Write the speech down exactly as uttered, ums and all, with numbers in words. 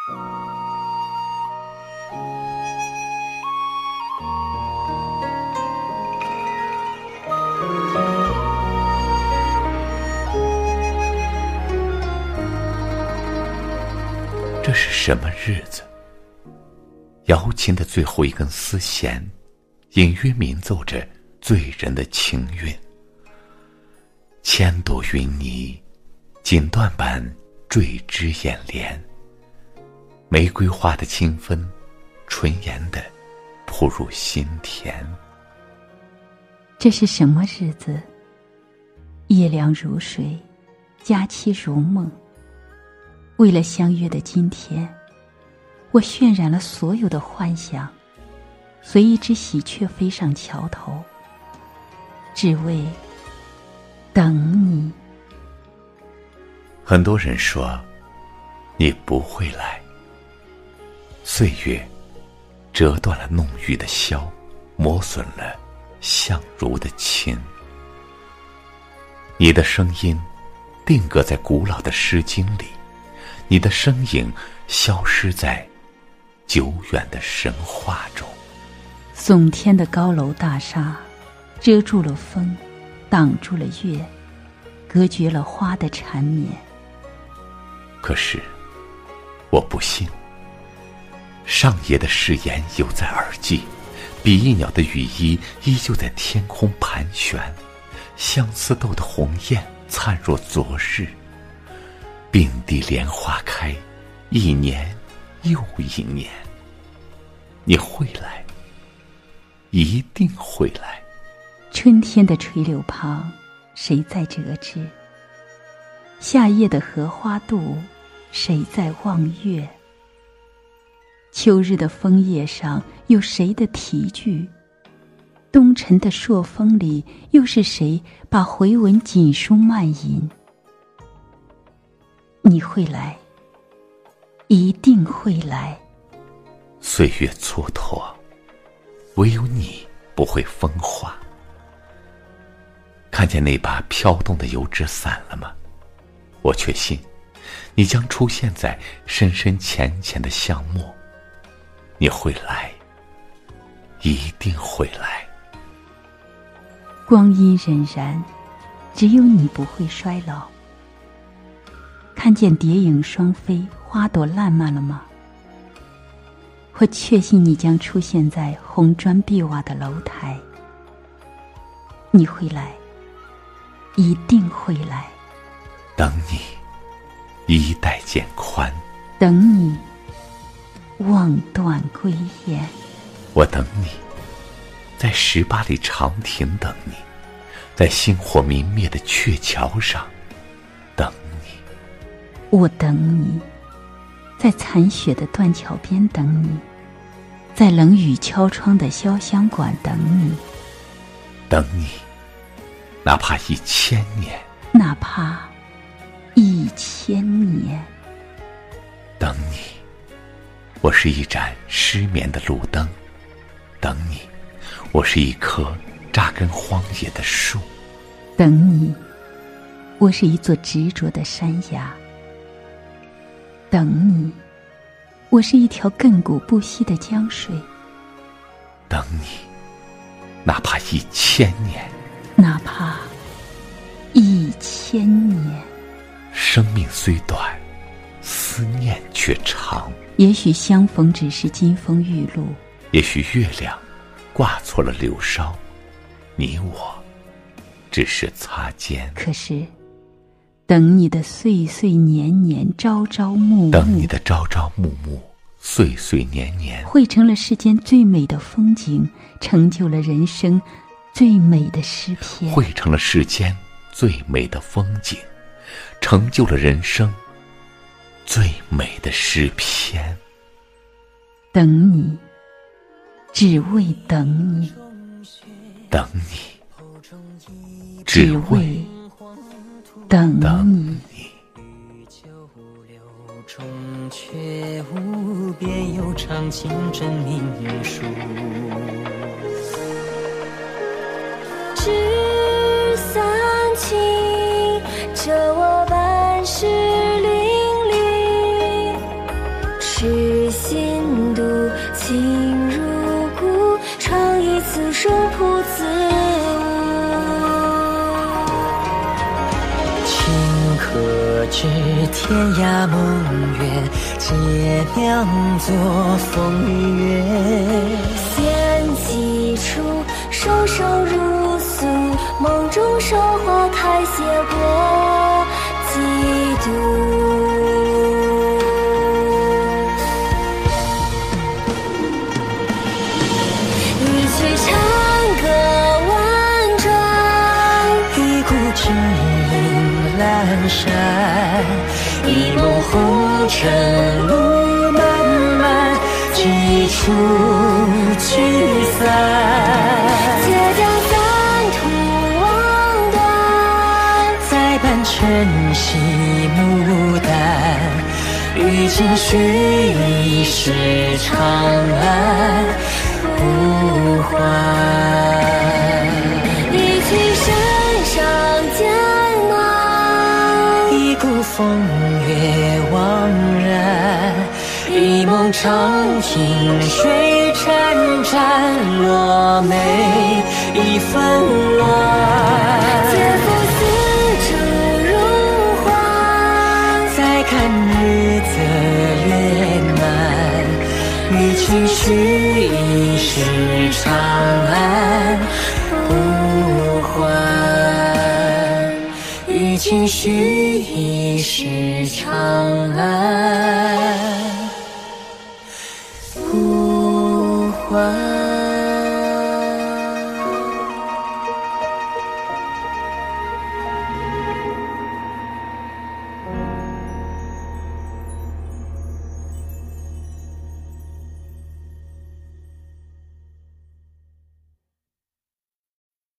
这是什么日子？瑶琴的最后一根丝弦，隐约鸣奏着醉人的情韵。千朵云霓，锦缎般坠枝眼帘。玫瑰花的清芬，纯颜的扑入心田。 这是什么日子？夜凉如水，佳期如梦。为了相约的今天，我渲染了所有的幻想，随一只喜鹊飞上桥头，只为等你。 很多人说你不会来，岁月折断了弄玉的箫，磨损了相如的琴。你的声音定格在古老的诗经里，你的身影消失在久远的神话中。 耸天的高楼大厦遮住了风，挡住了月，隔绝了花的缠绵。 可是我不信，上野的誓言犹在耳际，比翼鸟的羽衣依旧在天空盘旋，相思豆的红艳灿若昨日。并蒂莲花开，一年又一年。你会来，一定会来。 春天的垂柳旁，谁在折枝？夏夜的荷花渡，谁在望月？秋日的枫叶上，有谁的题句？冬晨的朔风里，又是谁把回文锦书漫吟？你会来，一定会来。 岁月蹉跎，唯有你不会风化。看见那把飘动的油纸伞了吗？我确信你将出现在深深浅浅的巷陌。你会来，一定会来。 光阴荏苒，只有你不会衰老。看见蝶影双飞，花朵烂漫了吗？我确信你将出现在红砖碧瓦的楼台。你会来，一定会来。 等你，衣带渐宽。 等你，望断归雁。 我等你，在十八里长亭等你，在星火明灭的鹊桥上等你。 我等你，在残雪的断桥边等你，在冷雨敲窗的潇湘馆等你。 等你，哪怕一千年。 哪怕一千年。 等你，我是一盏失眠的路灯。等你，我是一棵扎根荒野的树。 等你，我是一座执着的山崖。等你，我是一条亘古不息的江水。 等你，哪怕一千年。 哪怕一千年。 生命虽短，思念却长。 也许相逢只是金风玉露， 也许月亮挂错了柳梢，你我只是擦肩。 可是等你的岁岁年年，朝朝暮暮， 等你的朝朝暮暮，岁岁年年， 汇成了世间最美的风景，成就了人生最美的诗篇。 汇成了世间最美的风景，成就了人生最美的诗篇。 等你，只为等你。 等你，只为等你。 却无边悠长情真命数， 纸伞轻，遮我半世淋漓，却追心度，情如故，长一次生扑自无。 情可知天涯梦远，皆两作风与月。 闲几处，声声如诉，梦中韶华开谢过几度。一曲长歌婉转， 一股知音阑珊，一梦红尘路漫漫，几处聚散。 且将三途望断， 再伴晨曦牡丹，与君须一世长安不还。 一曲山上渐暖， 一股风月惘然，一梦长亭水潺潺，落梅已纷乱。 且复似峥嵘幻， 再看日则月满，与君须一世长安不还，与君须一世长安不还。